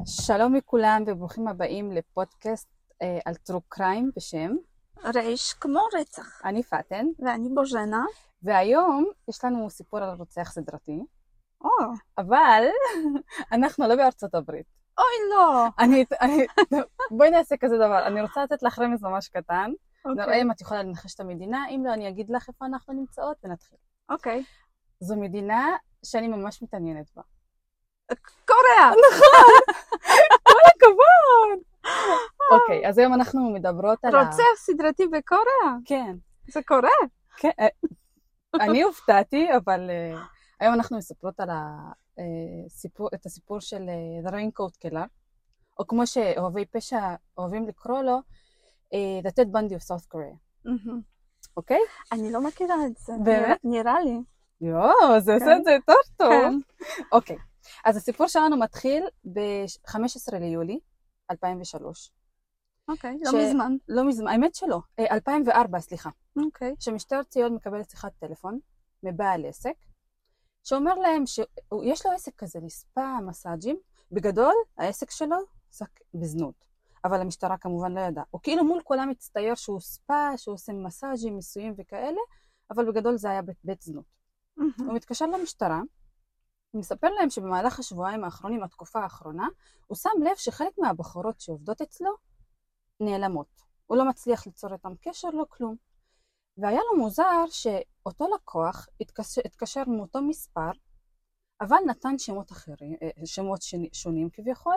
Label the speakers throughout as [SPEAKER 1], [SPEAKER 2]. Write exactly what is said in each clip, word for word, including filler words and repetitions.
[SPEAKER 1] שלום לכולם וברוכים הבאים לפודקאסט אה, על טרו קריים בשם
[SPEAKER 2] רייש כמו רצח.
[SPEAKER 1] אני פאטן,
[SPEAKER 2] ואני בוז'נה.
[SPEAKER 1] והיום יש לנו סיפור על רוצח סדרתי,
[SPEAKER 2] או,
[SPEAKER 1] אבל אנחנו לא בארצות הברית.
[SPEAKER 2] אוי לא.
[SPEAKER 1] אני, אני, בואי נעשה כזה דבר, אני רוצה לתת לך רמז ממש קטן,
[SPEAKER 2] אוקיי.
[SPEAKER 1] נראה אם את יכולה לנחש את המדינה, אם לא אני אגיד לך איפה אנחנו נמצאות ונתחיל.
[SPEAKER 2] אוקיי.
[SPEAKER 1] זו מדינה שאני ממש מתעניינת בה.
[SPEAKER 2] קוריאה.
[SPEAKER 1] נכון! כל הכבוד! אוקיי, אז היום אנחנו מדברות על ה...
[SPEAKER 2] רוצח סדרתי בקוריאה?
[SPEAKER 1] כן.
[SPEAKER 2] זה קורה?
[SPEAKER 1] כן, אני הופתעתי, אבל uh, היום אנחנו מספרות על הסיפור, את הסיפור של uh, The Raincoat Killer, או כמו שאוהבי פשע אוהבים לקרוא לו, uh, The Ted Bundy of South Korea. אוקיי?
[SPEAKER 2] אני לא מכירה את זה.
[SPEAKER 1] באמת?
[SPEAKER 2] נראה לי.
[SPEAKER 1] יואו, זה עושה את זה יותר טוב.
[SPEAKER 2] כן.
[SPEAKER 1] אוקיי, אז הסיפור שלנו מתחיל ב-חמישה עשר ליולי אלפיים ושלוש.
[SPEAKER 2] אוקיי,
[SPEAKER 1] ש-
[SPEAKER 2] לא מזמן.
[SPEAKER 1] לא מזמן, האמת שלא, אה, אלפיים וארבע, סליחה.
[SPEAKER 2] אוקיי.
[SPEAKER 1] שמשטרת ציון מקבלת שיחת טלפון מבעל עסק, שאומר להם שיש לו עסק כזה לספה, מסאג'ים, בגדול העסק שלו עסק בזנות, אבל המשטרה כמובן לא ידעה. הוא כאילו מול כולם מצטייר שהוא ספה, שהוא עושה מסאג'ים, ניסויים וכאלה, אבל בגדול זה היה בית, בית זנות. הוא מתקשר למשטרה, הוא מספר להם שבמהלך השבועיים האחרונים, התקופה האחרונה, הוא שם לב שחלק מהבחורות שעובדות אצלו נעלמות. הוא לא מצליח ליצור איתם קשר, לא כלום. והיה לו מוזר שאותו לקוח התקשר, התקשר מאותו מספר, אבל נתן שמות אחרים, שמות שונים כביכול,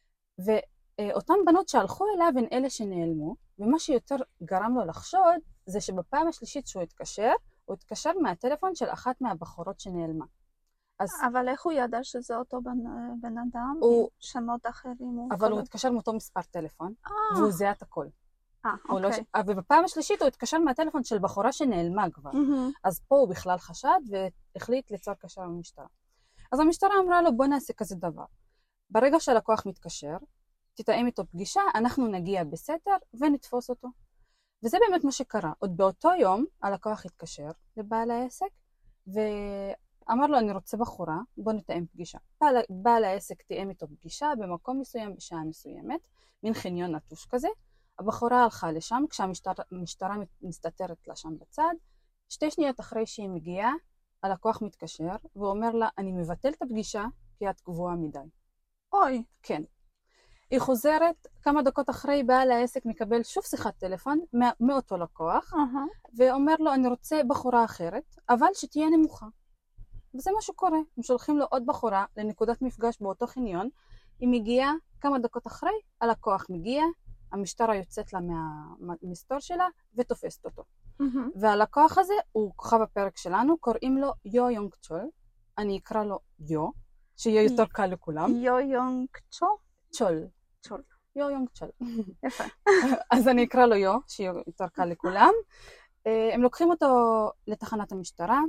[SPEAKER 1] ואותן בנות שהלכו אליו הן אלה שנעלמו, ומה שיותר גרם לו לחשוד זה שבפעם השלישית שהוא התקשר, הוא התקשר מהטלפון של אחת מהבחורות שנעלמה. אז
[SPEAKER 2] אבל איך הוא ידע שזה אותו בן, בן אדם?
[SPEAKER 1] הוא-
[SPEAKER 2] עם שמות אחרים?
[SPEAKER 1] אבל הוא התקשר מאותו מספר טלפון,
[SPEAKER 2] אה,
[SPEAKER 1] והוא זיהה את הכל.
[SPEAKER 2] אה,
[SPEAKER 1] הוא לא
[SPEAKER 2] אוקיי.
[SPEAKER 1] ש- ובפעם השלישית הוא התקשר מהטלפון של בחורה שנעלמה כבר.
[SPEAKER 2] מהמם.
[SPEAKER 1] אז פה הוא בכלל חשד והחליט ליצור קשר עם המשטרה. אז המשטרה אמרה לו, בוא נעשה כזה דבר. ברגע שהלקוח מתקשר, תתאם איתו פגישה, אנחנו נגיע בסתר ונתפוס אותו. וזה באמת מה שקרה. עוד באותו יום הלקוח התקשר לבעל העסק, ואמר לו, אני רוצה בחורה, בוא נתאם פגישה. בעל, בעל העסק תאם איתו פגישה במקום מסוים בשעה מסוימת, מין חניון נטוש כזה. הבחורה הלכה לשם, כשהמשטרה מסתתרת לה שם בצד. שתי שניות אחרי שהיא מגיעה, הלקוח מתקשר, והוא אומר לה, אני מבטל את הפגישה, כי את גבוהה מדי.
[SPEAKER 2] אוי.
[SPEAKER 1] כן. היא חוזרת, כמה דקות אחרי בעל העסק מקבל שוב שיחת טלפון, מא- מאותו לקוח,
[SPEAKER 2] אהה.
[SPEAKER 1] ואומר לו, אני רוצה בחורה אחרת, אבל שתהיה נמוכה. וזה מה שקורה. הם שולחים לו עוד בחורה לנקודת מפגש באותו חניון, היא מגיעה כמה דקות אחרי, הלקוח מגיע, המשטרה יוצאת לה מהמסתור שלה ותופסת אותו.
[SPEAKER 2] מהמם.
[SPEAKER 1] והלקוח הזה הוא כוכב הפרק שלנו, קוראים לו יו יונג צ'ול, אני אקרא לו יו, שיהיה יותר קל לכולם.
[SPEAKER 2] יו יונג צ'ו?
[SPEAKER 1] צ'ול.
[SPEAKER 2] צ'ול.
[SPEAKER 1] יו יונג צ'ול.
[SPEAKER 2] יפה.
[SPEAKER 1] אז אני אקרא לו יו, שיהיה יותר קל לכולם. אה, הם לוקחים אותו לתחנת המשטרה,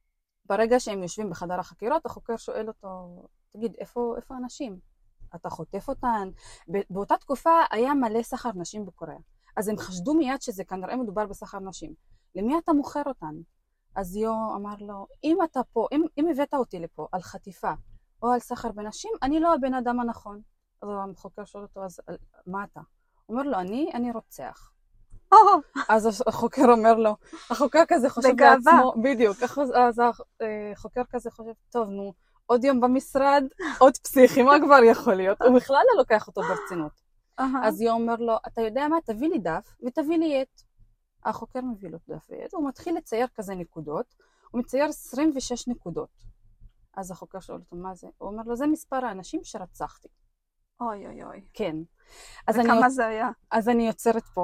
[SPEAKER 1] ברגע שהם יושבים בחדר החקירות, החוקר שואל אותו, תגיד, איפה, איפה אנשים? אתה חוטף אותן? באותה תקופה היה מלא סחר נשים בקוריאה. אז הם חשדו מיד שזה כנראה מדובר בסחר נשים. למי אתה מוכר אותן? אז יו אמר לו, אם אתה פה, אם, אם הבאת אותי לפה על חטיפה או על סחר בנשים, אני לא הבן אדם הנכון. אז החוקר שואל אותו, אז מה אתה? הוא אומר לו, אני, אני רוצח.
[SPEAKER 2] או,
[SPEAKER 1] אז החוקר אומר לו, החוקר כזה חושב
[SPEAKER 2] בגאווה.
[SPEAKER 1] לעצמו, בדיוק, אז החוקר כזה חושב, טוב, נו, עוד יום במשרד, עוד פסיכי, מה כבר יכול להיות? הוא בכלל לא לוקח אותו ברצינות.
[SPEAKER 2] אהה.
[SPEAKER 1] אז יו אומר לו, אתה יודע מה, תביא לי דף ותביא לי עט. החוקר מביא לו דף ועט, הוא מתחיל לצייר כזה נקודות, הוא מצייר עשרים ושש נקודות. אז החוקר שואל אותו, מה זה? הוא אומר לו, זה מספר האנשים שרצחתי.
[SPEAKER 2] אוי אוי אוי.
[SPEAKER 1] כן. אז אני,
[SPEAKER 2] וכמה זה היה?
[SPEAKER 1] אז אני יוצרת פה,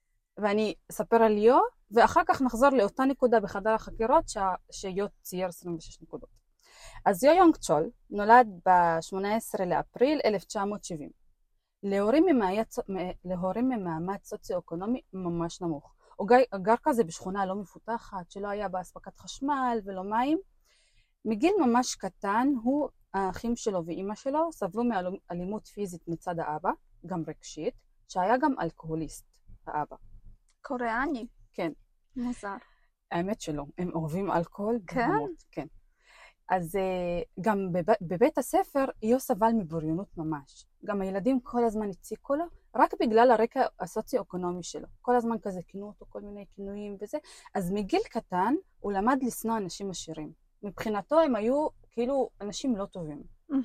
[SPEAKER 1] ואני אספר על יו, ואחר כך נחזור לאותה נקודה בחדר החקירות ש... שיו צייר עשרים ושש נקודות. אז יו יונג צ'ול נולד ב-שמונה עשרה לאפריל אלף תשע מאות שבעים. להורים ממעמד, להורים ממעמד סוציו-אקונומי ממש נמוך. הוא גר כזה בשכונה לא מפותחת, שלא היה בה אספקת חשמל ולא מים. מגיל ממש קטן, הוא, האחים שלו ואימא שלו סבלו מאלימות פיזית מצד האבא, גם רגשית, שהיה גם אלכוהוליסט, האבא.
[SPEAKER 2] קוריאני.
[SPEAKER 1] כן.
[SPEAKER 2] מוזר.
[SPEAKER 1] האמת שלא, הם אוהבים אלכוהול.
[SPEAKER 2] כן?
[SPEAKER 1] ברמות, כן. אז גם בבית הספר יו סבל מבריונות ממש. גם הילדים כל הזמן הציקו לו, רק בגלל הרקע הסוציו-אקונומי שלו. כל הזמן כזה כינו אותו כל מיני כינויים וזה. אז מגיל קטן הוא למד לשנוא אנשים עשירים. מבחינתו הם היו כאילו אנשים לא טובים.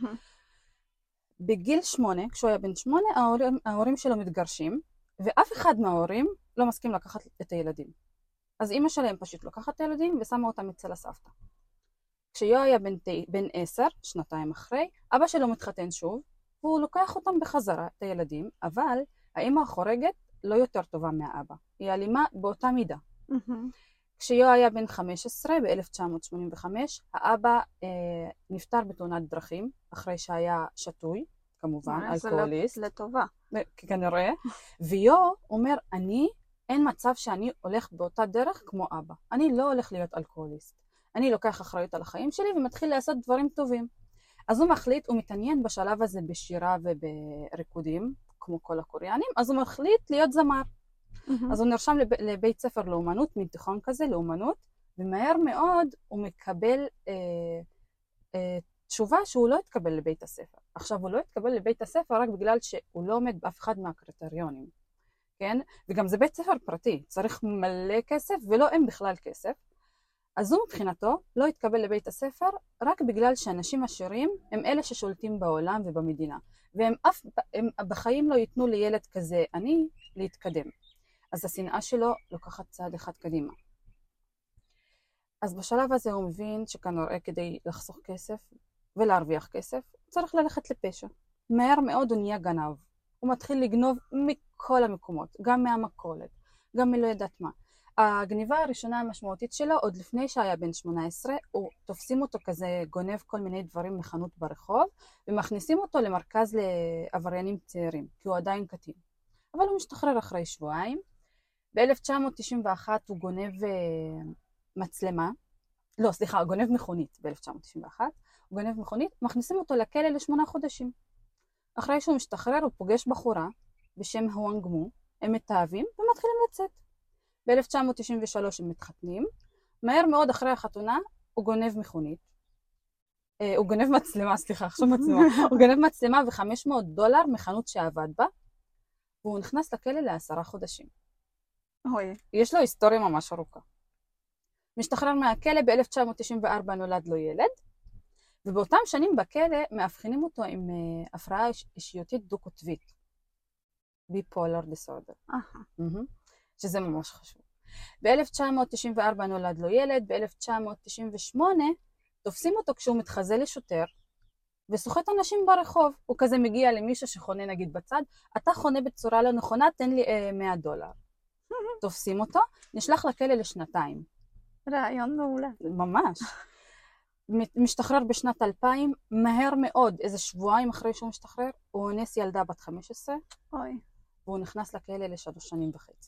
[SPEAKER 1] בגיל שמונה, כשהוא היה בן שמונה, ההורים, ההורים שלו מתגרשים, ואף אחד מההורים לא מסכים לקחת את הילדים. אז אמא שלהם פשוט לקחת את הילדים ושמה אותם אצל הסבתא. כשיו היה בן, בן עשר, שנתיים אחרי, אבא שלו מתחתן שוב, והוא לוקח אותם בחזרה, את הילדים, אבל האמא החורגת לא יותר טובה מהאבא. היא אלימה באותה מידה.
[SPEAKER 2] Mm-hmm.
[SPEAKER 1] כשיו היה בן חמש עשרה, ב-אלף תשע מאות שמונים וחמש, האבא אה, נפטר בתאונת דרכים, אחרי שהיה שתוי, כמובן, אלכוהוליסט.
[SPEAKER 2] זה לטובה.
[SPEAKER 1] כנראה. ויו אומר, אני, אין מצב שאני הולך באותה דרך כמו אבא. אני לא הולך להיות אלכוהוליסט. אני לוקח אחריות על החיים שלי ומתחיל לעשות דברים טובים. אז הוא מחליט, הוא מתעניין בשלב הזה בשירה ובריקודים, כמו כל הקוריאנים, אז הוא מחליט להיות זמר. Mm-hmm. אז הוא נרשם לב, לבית ספר לאומנות, מתיכון כזה, לאומנות, ומהר מאוד הוא מקבל אה, אה, תשובה שהוא לא התקבל לבית הספר. עכשיו, הוא לא התקבל לבית הספר רק בגלל שהוא לא עומד באף אחד מהקריטריונים. כן? וגם זה בית ספר פרטי, צריך מלא כסף, ולא אין בכלל כסף. אז הוא מבחינתו לא התקבל לבית הספר רק בגלל שאנשים עשירים הם אלה ששולטים בעולם ובמדינה. והם אף, הם בחיים לא ייתנו לילד כזה אני להתקדם. אז השנאה שלו לוקחת צעד אחד קדימה. אז בשלב הזה הוא מבין שכנראה כדי לחסוך כסף ולהרוויח כסף, צריך ללכת לפשע. מהר מאוד הוא נהיה גנב. הוא מתחיל לגנוב מכל המקומות, גם מהמכולת, גם מלא יודעת מה. הגניבה הראשונה המשמעותית שלו, עוד לפני שהיה בן שמונה עשרה, הוא תופסים אותו כזה גונב כל מיני דברים מחנות ברחוב, ומכניסים אותו למרכז לעבריינים צעירים, כי הוא עדיין קטין. אבל הוא משתחרר אחרי שבועיים. ב-אלף תשע מאות תשעים ואחת הוא גונב מצלמה, לא, סליחה, הוא גונב מכונית ב-אלף תשע מאות תשעים ואחת, הוא גונב מכונית, מכניסים אותו לכלא לשמונה חודשים. אחרי שהוא משתחרר, הוא פוגש בחורה בשם הואנג מו, הם מתאהבים ומתחילים לצאת. ב-אלף תשע מאות תשעים ושלוש הם מתחתנים, מהר מאוד אחרי החתונה הוא גונב מכונית, אה, הוא גונב מצלמה, סליחה, עכשיו מצלמה, הוא גונב מצלמה ו-חמש מאות דולר מחנות שעבד בה, והוא נכנס לכלא לעשרה חודשים.
[SPEAKER 2] אוי. יש
[SPEAKER 1] לו היסטוריה ממש ארוכה. משתחרר מהכלא, ב-אלף תשע מאות תשעים וארבע נולד לו ילד, ובאותם שנים בכלא מאבחנים אותו עם uh, הפרעה אישיותית דו-קוטבית. bipolar disorder.
[SPEAKER 2] Uh-huh.
[SPEAKER 1] Mm-hmm. שזה ממש חשוב. ב-אלף תשע מאות תשעים וארבע נולד לו ילד, ב-אלף תשע מאות תשעים ושמונה תופסים אותו כשהוא מתחזה לשוטר, וסוחט אנשים ברחוב. הוא כזה מגיע למישהו שחונה נגיד בצד, אתה חונה בצורה לא נכונה, תן לי uh, מאה דולר. תופסים אותו, נשלח לכלא לשנתיים.
[SPEAKER 2] רעיון מעולה.
[SPEAKER 1] ממש. משתחרר בשנת אלפיים, מהר מאוד, איזה שבועיים אחרי שהוא משתחרר, הוא אונס ילדה בת חמש עשרה,
[SPEAKER 2] אוי.
[SPEAKER 1] והוא נכנס לכלא לשלוש שנים וחצי.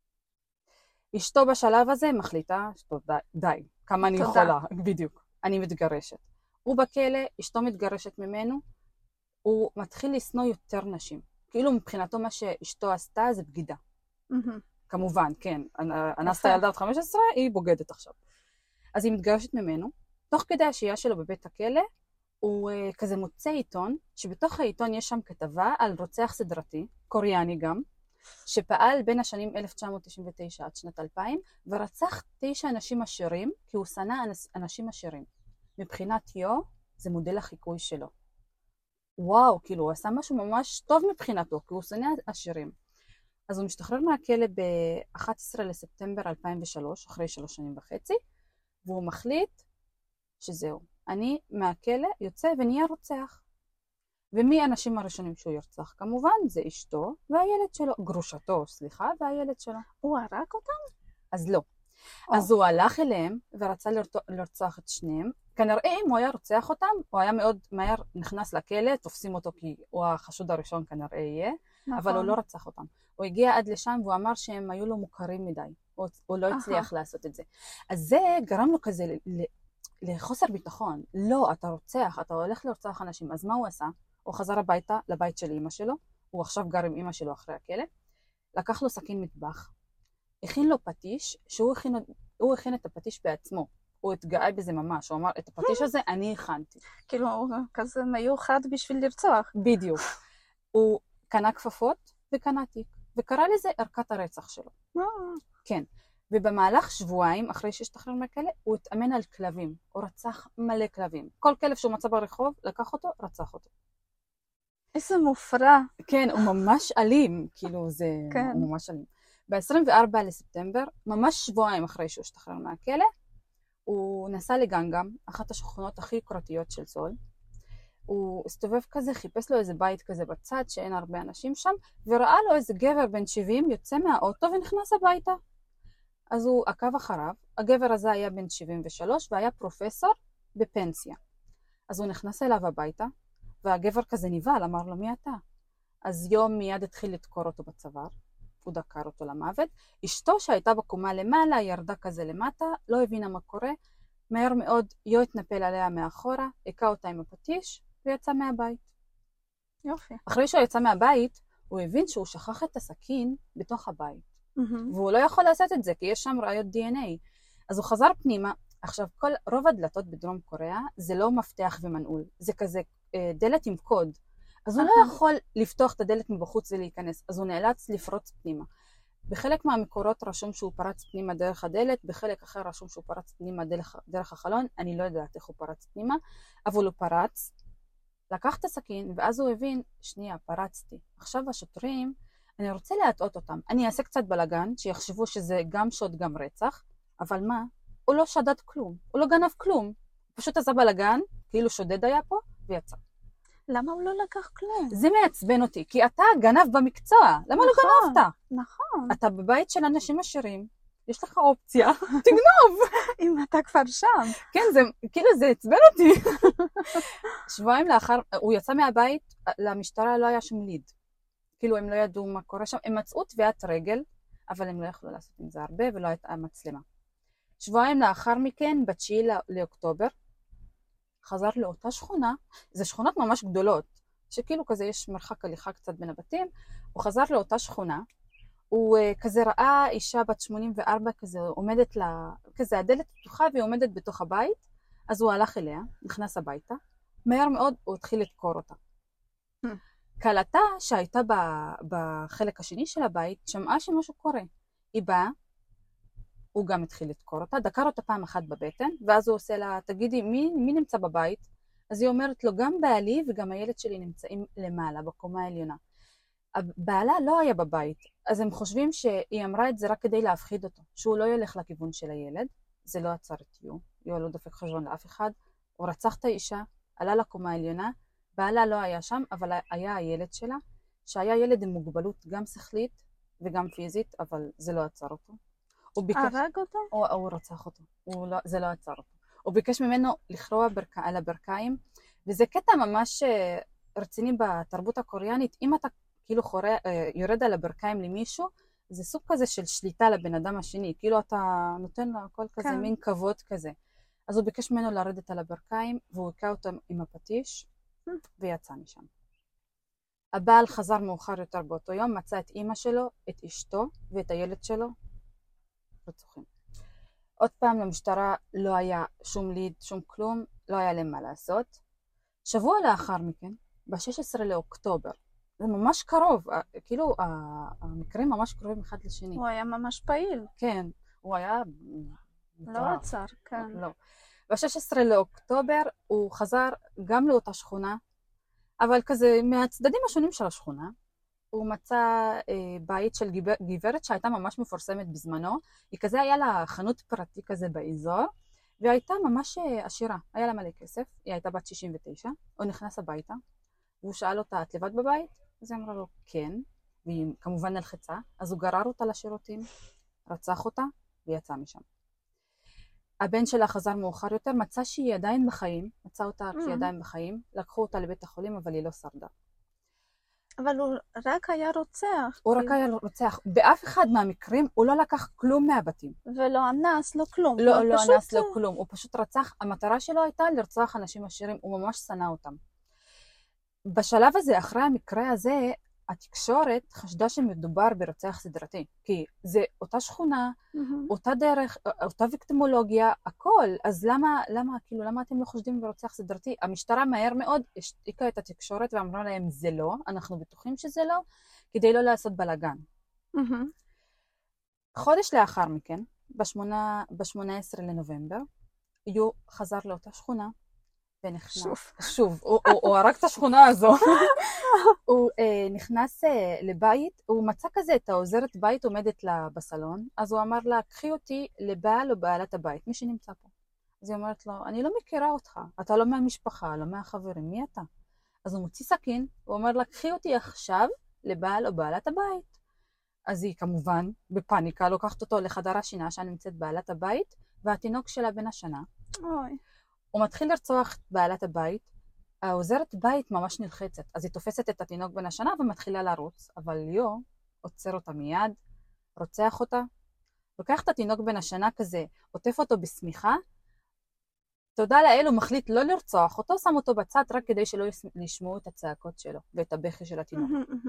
[SPEAKER 1] אשתו בשלב הזה מחליטה, שטוב, די, די, כמה אני יכולה, בדיוק, אני מתגרשת. הוא בכלא, אשתו מתגרשת ממנו, הוא מתחיל לשנוא יותר נשים. כאילו מבחינתו מה שאשתו עשתה זה בגידה. כמובן, כן, אנסת ילדה בת חמש עשרה, היא בוגדת עכשיו. אז היא מתגרשת ממנו, תוך כדי השהייה שלו בבית הכלא, הוא uh, כזה מוצא עיתון, שבתוך העיתון יש שם כתבה על רוצח סדרתי, קוריאני גם, שפעל בין השנים אלף תשע מאות תשעים ותשע עד שנת אלפיים, ורצח תשע אנשים עשירים, כי הוא שנא אנשים עשירים. מבחינת יו, זה מודל החיקוי שלו. וואו, כאילו, הוא עשה משהו ממש טוב מבחינתו, כי הוא שנא עשירים. אז הוא משתחרר מהכלא ב-אחד עשר לספטמבר אלפיים ושלוש, אחרי שלוש שנים וחצי, והוא מחליט שזהו. אני מהכלא יוצא ונהיה רוצח. ומי האנשים הראשונים שהוא ירצח? כמובן, זה אשתו והילד שלו, גרושתו, סליחה, והילד שלו.
[SPEAKER 2] הוא הרג אותם?
[SPEAKER 1] אז לא. Oh. אז הוא הלך אליהם ורצה לרצוח את שניהם. כנראה אם הוא היה רוצח אותם, הוא היה מאוד מהר נכנס לכלא, תופסים אותו כי הוא החשוד הראשון כנראה יהיה, נכון. אבל הוא לא רצח אותם. הוא הגיע עד לשם והוא אמר שהם היו לו מוכרים מדי. הוא, הוא לא הצליח לעשות את זה. אז זה גרם לו כזה לחוסר ביטחון. לא, אתה רוצח, אתה הולך לרצוח אנשים. אז מה הוא עשה? הוא חזר הביתה, לבית של אמא שלו, הוא עכשיו גר עם אמא שלו אחרי הכלא, לקח לו סכין מטבח, הכין לו פטיש, שהוא הכין, הוא הכין את הפטיש בעצמו, הוא התגאה בזה ממש, הוא אמר, את הפטיש הזה אני הכנתי.
[SPEAKER 2] כאילו, כזה מיוחד בשביל לרצוח.
[SPEAKER 1] בדיוק. הוא קנה כפפות וקנה תיק, וקרא לזה ערכת הרצח שלו. כן. ובמהלך שבועיים, אחרי שהשתחרר מהכלא, הוא התאמן על כלבים. הוא רצח מלא כלבים. כל כלב שהוא מצא ברחוב, לקח אותו, רצח אותו.
[SPEAKER 2] איזה מופרע.
[SPEAKER 1] כן, הוא ממש אלים, כאילו זה
[SPEAKER 2] כן.
[SPEAKER 1] הוא ממש אלים. ב-עשרים וארבעה לספטמבר, ממש שבועיים אחרי שהוא השתחרר מהכלא, הוא נסע לגנגם, אחת השכונות הכי יוקרתיות של סול. הוא הסתובב כזה, חיפש לו איזה בית כזה בצד, שאין הרבה אנשים שם, וראה לו איזה גבר בן שבעים יוצא מהאוטו ונכנס הביתה. אז הוא עקב אחריו, הגבר הזה היה בן שבעים ושלוש והיה פרופסור בפנסיה. אז הוא נכנס אליו הביתה, והגבר כזה נבהל, אמר לו, מי אתה? אז יום מיד התחיל לדקור אותו בצוואר, הוא דקר אותו למוות. אשתו שהייתה בקומה למעלה, ירדה כזה למטה, לא הבינה מה קורה, מהר מאוד יו התנפל עליה מאחורה, הכה אותה עם הפטיש, ויצא מהבית.
[SPEAKER 2] יופי.
[SPEAKER 1] אחרי שהוא יצא מהבית, הוא הבין שהוא שכח את הסכין בתוך הבית. והוא לא יכול לעשות את זה, כי יש שם ראיות די אן איי. אז הוא חזר פנימה. עכשיו, כל, רוב הדלתות בדרום קוריאה זה לא מפתח ומנעול, זה כזה אה, דלת עם קוד. אז הוא לא יכול לפתוח את הדלת מבחוץ ולהיכנס, אז הוא נאלץ לפרוץ פנימה. בחלק מהמקורות רשום שהוא פרץ פנימה דרך הדלת, בחלק אחר רשום שהוא פרץ פנימה דרך, דרך החלון, אני לא יודעת איך הוא פרץ פנימה, אבל הוא פרץ, לקח את הסכין, ואז הוא הבין, שנייה, פרצתי. עכשיו השוטרים, אני רוצה להטעות אותם. אני אעשה קצת בלגן, שיחשבו שזה גם שוד, גם רצח, אבל מה? הוא לא שדד כלום, הוא לא גנב כלום. הוא פשוט עשה בלגן, כאילו שודד היה פה, ויצא.
[SPEAKER 2] למה הוא לא לקח כלום?
[SPEAKER 1] זה מעצבן אותי, כי אתה גנב במקצוע. למה
[SPEAKER 2] נכון,
[SPEAKER 1] לא גנבת?
[SPEAKER 2] נכון.
[SPEAKER 1] אתה בבית של אנשים עשירים, יש לך אופציה, תגנוב.
[SPEAKER 2] אם אתה כבר שם.
[SPEAKER 1] כן, זה, כאילו זה עצבן אותי. שבועיים לאחר, הוא יצא מהבית, למשטרה לא היה שום ליד. כאילו הם לא ידעו מה קורה שם, הם מצאו טביעת רגל, אבל הם לא יכלו לעשות עם זה הרבה ולא הייתה מצלמה. שבועיים לאחר מכן, בתשיעי לאוקטובר, חזר לאותה שכונה, זה שכונות ממש גדולות, שכאילו כזה יש מרחק הליכה קצת בין הבתים, הוא חזר לאותה שכונה, הוא uh, כזה ראה אישה בת שמונים וארבע כזה עומדת לה, כזה הדלת פתוחה והיא עומדת בתוך הבית, אז הוא הלך אליה, נכנס הביתה, מהר מאוד הוא התחיל לדקור אותה. קלטה שהייתה בחלק השני של הבית, שמעה שמשהו קורה. היא באה, הוא גם התחיל לדקור אותה, דקר אותה פעם אחת בבטן, ואז הוא עושה לה, תגידי, מי, מי נמצא בבית? אז היא אומרת לו, גם בעלי וגם הילד שלי נמצאים למעלה, בקומה העליונה. בעלה לא היה בבית, אז הם חושבים שהיא אמרה את זה רק כדי להפחיד אותו, שהוא לא ילך לכיוון של הילד, זה לא עצר את יו, יו לא דופק חשבון לאף אחד, הוא רצח את האישה, עלה לקומה העליונה, בעלה לא היה שם, אבל היה הילד שלה, שהיה ילד עם מוגבלות גם שכלית וגם פיזית, אבל זה לא עצר אותו. הוא ביקש...
[SPEAKER 2] הרג אותו?
[SPEAKER 1] הוא, הוא רצח אותו, הוא לא, זה לא עצר אותו. הוא ביקש ממנו לכרוע ברק... על הברכיים, וזה קטע ממש רציני בתרבות הקוריאנית. אם אתה כאילו חורה, יורד על הברכיים למישהו, זה סוג כזה של שליטה לבן אדם השני, כאילו אתה נותן לו הכל כזה, כן. מין כבוד כזה. אז הוא ביקש ממנו לרדת על הברכיים, והוא הכה אותם עם הפטיש, ויצא משם. הבעל חזר מאוחר יותר באותו יום, מצא את אמא שלו, את אשתו ואת הילד שלו רצוחים. עוד פעם למשטרה לא היה שום ליד, שום כלום, לא היה להם מה לעשות. שבוע לאחר מכן, ב-שישה עשר לאוקטובר, זה ממש קרוב, כאילו המקרים ממש קרובים אחד לשני.
[SPEAKER 2] הוא היה ממש פעיל.
[SPEAKER 1] כן, הוא היה...
[SPEAKER 2] לא עצר, כן.
[SPEAKER 1] לא. ב-שישה עשר לאוקטובר הוא חזר גם לאותה שכונה, אבל כזה מהצדדים השונים של השכונה, הוא מצא אה, בית של גיבר, גברת שהייתה ממש מפורסמת בזמנו, היא כזה היה לה חנות פרטי כזה באזור, והייתה ממש עשירה, היה לה מלא כסף, היא הייתה בת שישים ותשע, הוא נכנס הביתה, והוא שאל אותה, את לבד בבית? אז היא אמרה לו, כן, והיא כמובן נלחצה, אז הוא גרר אותה לשירותים, רצח אותה, ויצא משם. הבן שלה חזר מאוחר יותר, מצא שהיא עדיין בחיים, מצא אותה mm-hmm. שהיא עדיין בחיים, לקחו אותה לבית החולים, אבל היא לא שרדה.
[SPEAKER 2] אבל הוא רק היה רוצח.
[SPEAKER 1] הוא רק היה רוצח. באף אחד מהמקרים הוא לא לקח כלום מהבתים.
[SPEAKER 2] ולא אנס, לא כלום.
[SPEAKER 1] לא, לא אנס, לא כלום. הוא פשוט רצח. המטרה שלו הייתה לרצוח אנשים עשירים, הוא ממש שנא אותם. בשלב הזה, אחרי המקרה הזה, התקשורת חשדה שמדובר ברוצח סדרתי, כי זה אותה שכונה, אותה דרך, אותה ויקטימולוגיה, הכל. אז למה, למה, כאילו, למה אתם לא חושדים ברוצח סדרתי? המשטרה מהר מאוד השתיקה את התקשורת ואמרה להם, זה לא, אנחנו בטוחים שזה לא, כדי לא לעשות בלגן. חודש לאחר מכן, ב-שמונה עשרה לנובמבר, יו חזר לאותה שכונה, ונכנס,
[SPEAKER 2] שוב,
[SPEAKER 1] שוב, הוא, הוא, הוא הרג את השכונה הזו. הוא אה, נכנס אה, לבית, הוא מצא כזה את העוזרת בית עומדת לה בסלון, אז הוא אמר לה, קחי אותי לבעל או בעלת הבית, מי שנמצא פה. אז היא אומרת לו, אני לא מכירה אותך, אתה לא מהמשפחה, לא מהחברים, מי אתה? אז הוא מוציא סכין, הוא אומר לה, קחי אותי עכשיו לבעל או בעלת הבית. אז היא כמובן בפאניקה לוקחת אותו לחדר השינה שנמצאת בעלת הבית, והתינוק שלה בן השנה.
[SPEAKER 2] אוי.
[SPEAKER 1] הוא מתחיל לרצוח את בעלת הבית, העוזרת בית ממש נלחצת, אז היא תופסת את התינוק בן השנה ומתחילה לרוץ, אבל ליאו עוצר אותה מיד, רוצח אותה, לוקח את התינוק בן השנה כזה, עוטף אותו בשמיכה, תודה לאל הוא מחליט לא לרצוח אותו, שם אותו בצד רק כדי שלא ישמעו את הצעקות שלו ואת הבכי של התינוק.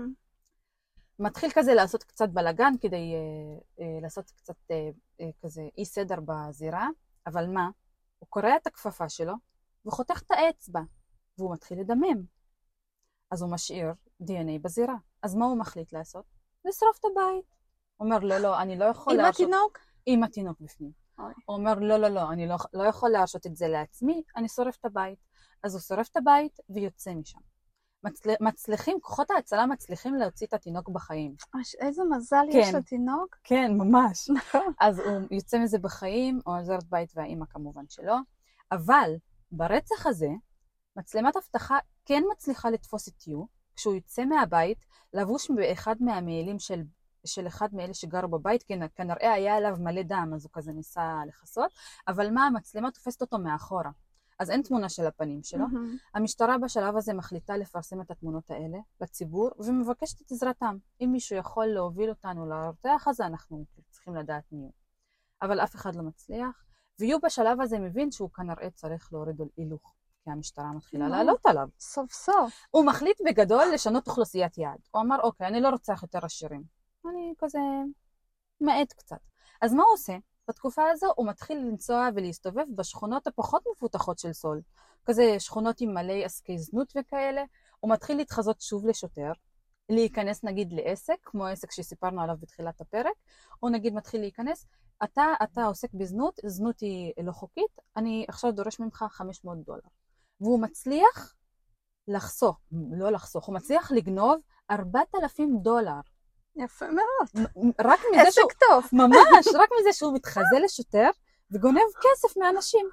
[SPEAKER 1] מתחיל כזה לעשות קצת בלגן כדי אה, אה, לעשות קצת אה, אה, כזה אי סדר בזירה, אבל מה? הוא קורע את הכפפה שלו וחותך את האצבע, והוא מתחיל לדמם. אז הוא משאיר די אן איי בזירה. אז מה הוא מחליט לעשות? לשרוף את הבית. הוא אומר, לא, לא, אני לא יכול
[SPEAKER 2] עם
[SPEAKER 1] להרשות...
[SPEAKER 2] התינוק?
[SPEAKER 1] עם התינוק בפנים.
[SPEAKER 2] אוי.
[SPEAKER 1] הוא אומר, לא, לא, לא, אני לא, לא יכול להרשות את זה לעצמי, אני שורף את הבית. אז הוא שורף את הבית ויוצא משם. מצל... מצליחים, כוחות ההצלה מצליחים להוציא את התינוק בחיים.
[SPEAKER 2] איזה מזל
[SPEAKER 1] כן.
[SPEAKER 2] יש לתינוק.
[SPEAKER 1] כן, ממש. אז הוא יוצא מזה בחיים, או עוזרת בית והאימא כמובן שלו. אבל ברצח הזה, מצלמת אבטחה כן מצליחה לתפוס את יו, כשהוא יוצא מהבית, לבוש באחד מהמעילים של, של אחד מאלה שגרו בבית, כי כנראה היה עליו מלא דם, אז הוא כזה ניסה לחסות, אבל מה, המצלמה תופסת אותו מאחורה. אז אין תמונה של הפנים שלו.
[SPEAKER 2] Mm-hmm.
[SPEAKER 1] המשטרה בשלב הזה מחליטה לפרסם את התמונות האלה לציבור, ומבקשת את עזרתם. אם מישהו יכול להוביל אותנו לרותח הזה, אנחנו צריכים לדעת מי הוא. אבל אף אחד לא מצליח, ויו בשלב הזה מבין שהוא כנראה צריך להוריד הילוך, כי המשטרה מתחילה לעלות עליו.
[SPEAKER 2] סוף סוף.
[SPEAKER 1] הוא מחליט בגדול לשנות אוכלוסיית יעד. הוא אמר, אוקיי, אני לא רוצח יותר עשירים. אני כזה מעט קצת. אז מה הוא עושה? בתקופה הזו הוא מתחיל לנסוע ולהסתובב בשכונות הפחות מפותחות של סול. כזה שכונות עם מלא עסקי זנות וכאלה. הוא מתחיל להתחזות שוב לשוטר, להיכנס נגיד לעסק, כמו העסק שסיפרנו עליו בתחילת הפרק, או נגיד מתחיל להיכנס, אתה, אתה עוסק בזנות, זנות היא לא חוקית, אני עכשיו דורש ממך חמש מאות דולר. והוא מצליח לחסוך, לא לחסוך, הוא מצליח לגנוב ארבעת אלפים דולר.
[SPEAKER 2] יפה מאוד.
[SPEAKER 1] רק מזה שהוא,
[SPEAKER 2] עסק טוב.
[SPEAKER 1] ממש, רק מזה שהוא מתחזה לשוטר וגונב כסף מאנשים.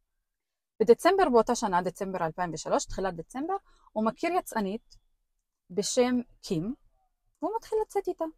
[SPEAKER 1] בדצמבר באותה שנה, דצמבר אלפיים ושלוש, תחילת דצמבר, הוא מכיר יצאנית בשם קים, והוא מתחיל לצאת איתה.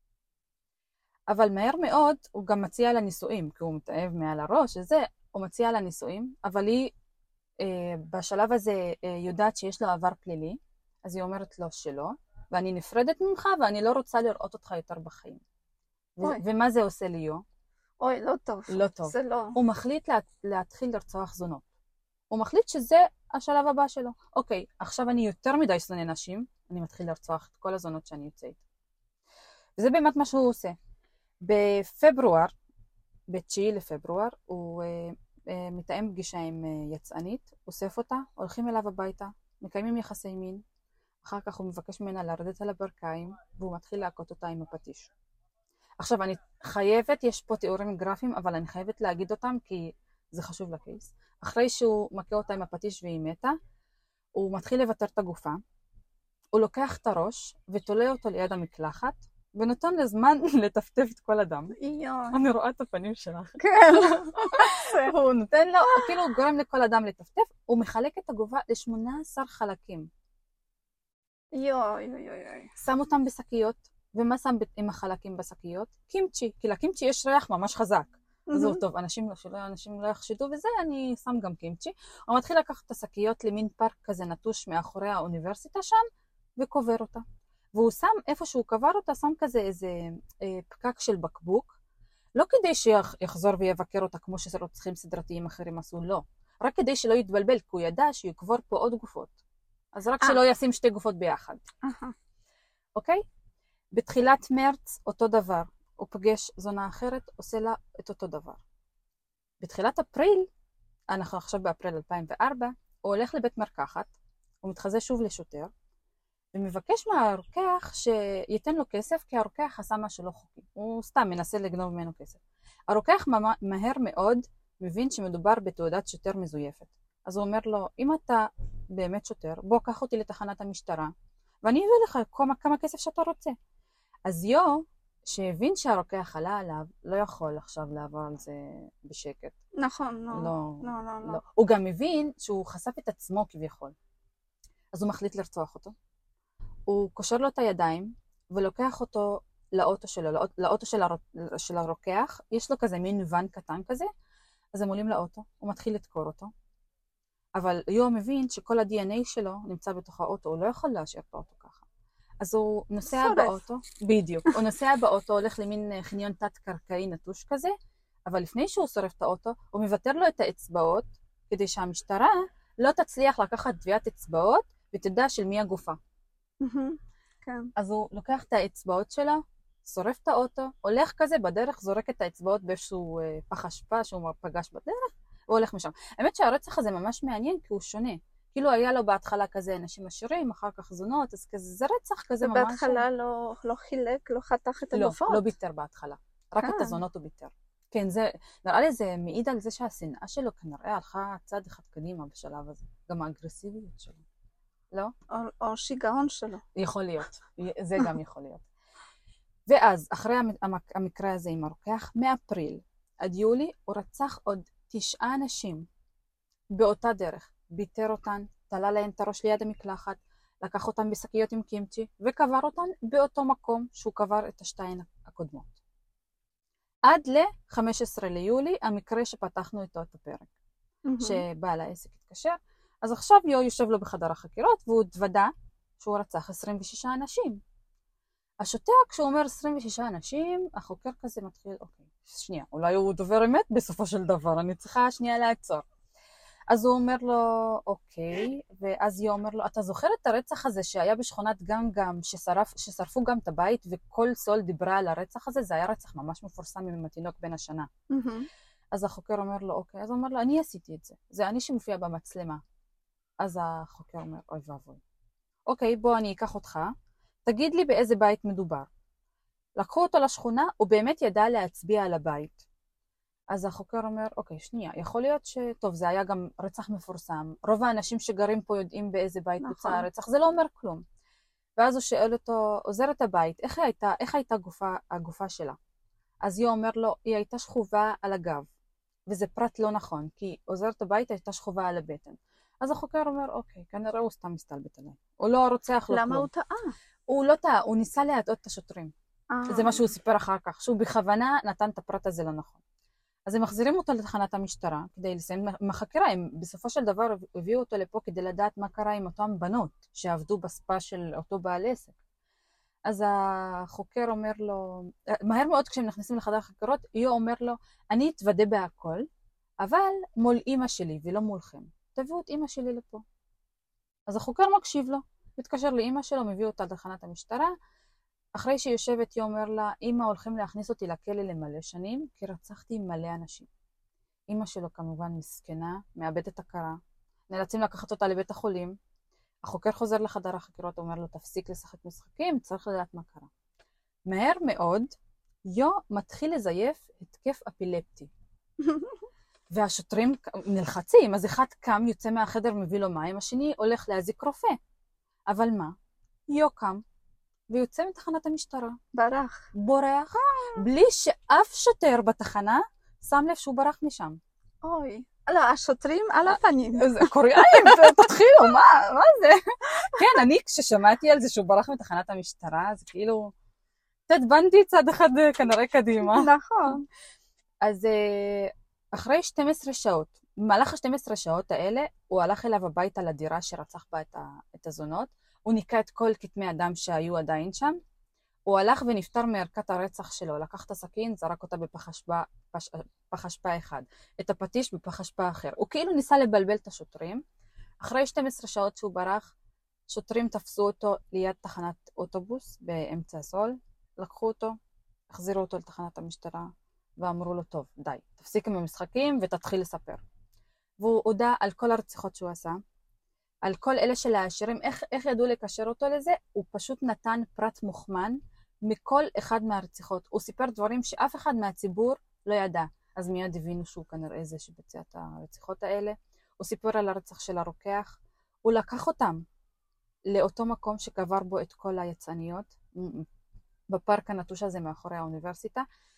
[SPEAKER 1] אבל מהר מאוד הוא גם מציע לה נישואים, כי הוא מתאהב מעל הראש, וזה, הוא מציע לה נישואים, אבל היא אה, בשלב הזה אה, יודעת שיש לו עבר פלילי, אז היא אומרת לו שלא, ואני נפרדת ממך ואני לא רוצה לראות אותך יותר בחיים. ו- ומה זה עושה ליו?
[SPEAKER 2] אוי, לא טוב.
[SPEAKER 1] לא טוב.
[SPEAKER 2] זה לא.
[SPEAKER 1] הוא מחליט לה- להתחיל לרצוח זונות. הוא מחליט שזה השלב הבא שלו. אוקיי, עכשיו אני יותר מדי שונא נשים, אני מתחיל לרצוח את כל הזונות שאני יוצא איתה. וזה באמת מה שהוא עושה. בפברואר, בתשיעי לפברואר, הוא אה, אה, מתאם פגישה עם אה, יצאנית, אוסף אותה, הולכים אליו הביתה, מקיימים יחסי מין, אחר כך הוא מבקש ממנה לרדת על הברכיים, והוא מתחיל להכות אותה עם הפטיש. עכשיו, אני חייבת, יש פה תיאורים גרפיים, אבל אני חייבת להגיד אותם, כי זה חשוב לקייס. אחרי שהוא מכה אותה עם הפטיש והיא מתה, הוא מתחיל לוותר את הגופה, הוא לוקח את הראש ותולה אותו ליד המקלחת, ונותן לזמן לטפטף את כל הדם.
[SPEAKER 2] יואי.
[SPEAKER 1] אני רואה את הפנים שלך.
[SPEAKER 2] כן.
[SPEAKER 1] הוא נותן לו, כאילו הוא גורם לכל אדם לטפטף, הוא מחלק את הגופה ל-שמונה עשר חלקים.
[SPEAKER 2] יואי, יואי, יואי.
[SPEAKER 1] שם אותם בשקיות, ומה שם עם החלקים בשקיות? קימצ'י, כי לקימצ'י יש ריח ממש חזק. אז הוא טוב, אנשים לא, שלא, אנשים לא יחשדו וזה, אני שם גם קימצ'י. הוא מתחיל לקחת את השקיות למין פארק כזה נטוש מאחורי האוניברסיטה שם, וקובר אותה. והוא שם, איפה שהוא קבר אותה, שם כזה איזה אה, פקק של בקבוק, לא כדי שיחזור ויבקר אותה כמו שרוצחים סדרתיים אחרים עשו, לא. רק כדי שלא יתבלבל, כי הוא ידע שיקבור פה עוד גופות. אז רק
[SPEAKER 2] 아.
[SPEAKER 1] שלא ישים שתי גופות ביחד.
[SPEAKER 2] Uh-huh.
[SPEAKER 1] אוקיי? בתחילת מרץ אותו דבר, הוא פגש זונה אחרת, עושה לה את אותו דבר. בתחילת אפריל, אנחנו עכשיו באפריל אלפיים וארבע, הוא הולך לבית מרקחת, הוא מתחזה שוב לשוטר, ומבקש מהרוקח שייתן לו כסף, כי הרוקח עשה משהו לא חוקי. הוא סתם מנסה לגנוב ממנו כסף. הרוקח מהר מאוד מבין שמדובר בתעודת שוטר מזויפת. אז הוא אומר לו, אם אתה באמת שוטר, בוא קח אותי לתחנת המשטרה, ואני אביא לך כמה, כמה כסף שאתה רוצה. אז יו, שהבין שהרוקח עלה עליו, לא יכול עכשיו לעבור על זה בשקט.
[SPEAKER 2] נכון, לא.
[SPEAKER 1] לא,
[SPEAKER 2] לא, לא, לא.
[SPEAKER 1] לא. הוא גם מבין שהוא חשף את עצמו כביכול. אז הוא מחליט לרצוח אותו. הוא קושר לו את הידיים, ולוקח אותו לאוטו שלו, לא, לאוטו של, הר... של הרוקח. יש לו כזה מין ואן קטן כזה, אז הם עולים לאוטו, הוא מתחיל לדקור אותו. אבל יו מבין שכל ה-די אן איי שלו נמצא בתוך האוטו, הוא לא יכול להשאיר את האוטו ככה. אז הוא נוסע
[SPEAKER 2] שורף.
[SPEAKER 1] באוטו, בדיוק, הוא נוסע באוטו, הולך למין חניון תת-קרקעי נטוש כזה, אבל לפני שהוא שורף את האוטו, הוא מוותר לו את האצבעות, כדי שהמשטרה לא תצליח לקחת טביעת אצבעות, ותדע של מי הגופה.
[SPEAKER 2] כן.
[SPEAKER 1] אז הוא לוקח את האצבעות שלו, שורף את האוטו, הולך כזה בדרך, זורק את האצבעות באיזשהו אה, פח אשפה שהוא פגש בדרך, והולך משם. האמת שהרצח הזה ממש מעניין, כי הוא שונה. כאילו היה לו בהתחלה כזה אנשים עשירים, אחר כך זונות, אז כזה, זה רצח כזה ממש...
[SPEAKER 2] ובהתחלה לא, לא חילק, לא חתך את
[SPEAKER 1] לא,
[SPEAKER 2] הגופות?
[SPEAKER 1] לא ביטר בהתחלה. רק
[SPEAKER 2] כן.
[SPEAKER 1] את הזונות הוא ביטר. כן, זה, נראה לי זה מעיד על זה שהשנאה שלו כנראה הלכה צעד אחד קדימה בשלב הזה. גם האגרסיביות שלו. לא?
[SPEAKER 2] או, או שיגעון שלו.
[SPEAKER 1] יכול להיות. זה גם יכול להיות. ואז, אחרי המקרה הזה עם הרוקח, מאפריל עד יולי, הוא רצח עוד תשעה אנשים באותה דרך. ביטר אותן, תלה להן את הראש ליד המקלחת, לקח אותן בשקיות עם קימצ'י, וקבר אותן באותו מקום שהוא קבר את השתיים הקודמות. עד ל-חמישה עשר ליולי, המקרה שפתחנו איתו את הפרק, שבעל העסק התקשר. אז עכשיו יו יושב לו בחדר החקירות, והוא התוודע שהוא רצח עשרים ושישה אנשים. השוטר, כשהוא אומר עשרים ושישה אנשים, החוקר כזה מתחיל, אוקיי, שנייה, אולי הוא דובר אמת בסופו של דבר, אני צריכה שנייה לעצור. אז הוא אומר לו, אוקיי, ואז היא אומר לו, אתה זוכר את הרצח הזה שהיה בשכונת גמגם, ששרף, ששרפו גם את הבית, וכל סול דיברה על הרצח הזה? זה היה רצח ממש מפורסם עם התינוק בן השנה. אז החוקר אומר לו, אוקיי, אז הוא אומר לו, אני עשיתי את זה, זה אני שמופיע במצלמה. אז החוקר אומר, אוי ואבוי. אוקיי, בוא אני אקח אותך, תגיד לי באיזה בית מדובר. לקחו אותו לשכונה, הוא באמת ידע להצביע על הבית. אז החוקר אומר, אוקיי, שנייה, יכול להיות שטוב, זה היה גם רצח מפורסם. רוב האנשים שגרים פה יודעים באיזה בית בוצע
[SPEAKER 2] נכון.
[SPEAKER 1] הרצח, זה לא אומר כלום. ואז הוא שואל אותו, עוזרת הבית, איך הייתה, איך הייתה גופה, הגופה שלה? אז היא אומר לו, היא הייתה שכובה על הגב. וזה פרט לא נכון, כי עוזרת הבית הייתה שכובה על הבטן. אז החוקר אומר, אוקיי, כנראה הוא סתם מסתלבט עליי. הוא לא רוצח לו כלום.
[SPEAKER 2] למה הוא טעה?
[SPEAKER 1] הוא לא טעה, הוא ניסה להטעות את השוטרים.
[SPEAKER 2] אה.
[SPEAKER 1] זה מה שהוא סיפר אחר כך, שהוא בכוונה נתן את הפרט הזה לא נכון. אז הם מחזירים אותו לתחנת המשטרה כדי לסיים עם החקירה. הם בסופו של דבר הביאו אותו לפה כדי לדעת מה קרה עם אותם בנות שעבדו בספה של אותו בעל עסק. אז החוקר אומר לו, מהר מאוד כשהם נכנסים לחדר החקירות, יו אומר לו, אני אתוודה בהכל, אבל מול אמא שלי ולא מולכם. תביאו את אמא שלי לפה. אז החוקר מקשיב לו, מתקשר לאמא שלו, מביא אותה לתחנת המשטרה. אחרי שהיא יושבת, היא אומר לה, אמא, הולכים להכניס אותי לכלא למלא שנים, כי רצחתי מלא אנשים. אמא שלו כמובן מסכנה, מאבדת הכרה, נאלצים לקחת אותה לבית החולים. החוקר חוזר לחדר החקירות, אומר לו, תפסיק לשחק משחקים, צריך לדעת מה קרה. מהר מאוד, יו מתחיל לזייף התקף אפילפטי. והשוטרים נלחצים, אז אחד קם, יוצא מהחדר, מביא לו מים, השני הולך להזיק רופא. אבל מה? יו קם. ויוצא מתחנת המשטרה.
[SPEAKER 2] ברח.
[SPEAKER 1] בורח, בלי שאף שוטר בתחנה שם לב שהוא ברח משם.
[SPEAKER 2] אוי. לא, השוטרים על הפנים.
[SPEAKER 1] קוריאנים, תתחילו, מה, מה זה? כן, אני כששמעתי על זה שהוא ברח מתחנת המשטרה, זה כאילו, תת בנדי צד אחד כנראה קדימה.
[SPEAKER 2] נכון.
[SPEAKER 1] אז אחרי שתים עשרה שעות, במהלך ה-שתים עשרה שעות האלה, הוא הלך אליו הביתה לדירה שרצח בה את הזונות, הוא ניקה את כל כתמי הדם שהיו עדיין שם, הוא הלך ונפטר מערכת הרצח שלו, לקח את הסכין, זרק אותה בפח אשפה, פש, פח אשפה אחד, את הפטיש בפח אשפה אחר. הוא כאילו ניסה לבלבל את השוטרים. אחרי שתים עשרה שעות שהוא ברח, שוטרים תפסו אותו ליד תחנת אוטובוס באמצע הסול, לקחו אותו, החזירו אותו לתחנת המשטרה, ואמרו לו, טוב, די, תפסיק עם המשחקים ותתחיל לספר. והוא הודע על כל הרציחות שהוא עשה, על כל אלה של העשירים, איך, איך ידעו לקשר אותו לזה? הוא פשוט נתן פרט מוכמן מכל אחד מהרציחות. הוא סיפר דברים שאף אחד מהציבור לא ידע. אז מיד הבינו שהוא כנראה זה שביצע את הרציחות האלה. הוא סיפר על הרצח של הרוקח. הוא לקח אותם לאותו מקום שקבר בו את כל היצאניות, בפארק הנטוש הזה מאחורי האוניברסיטה.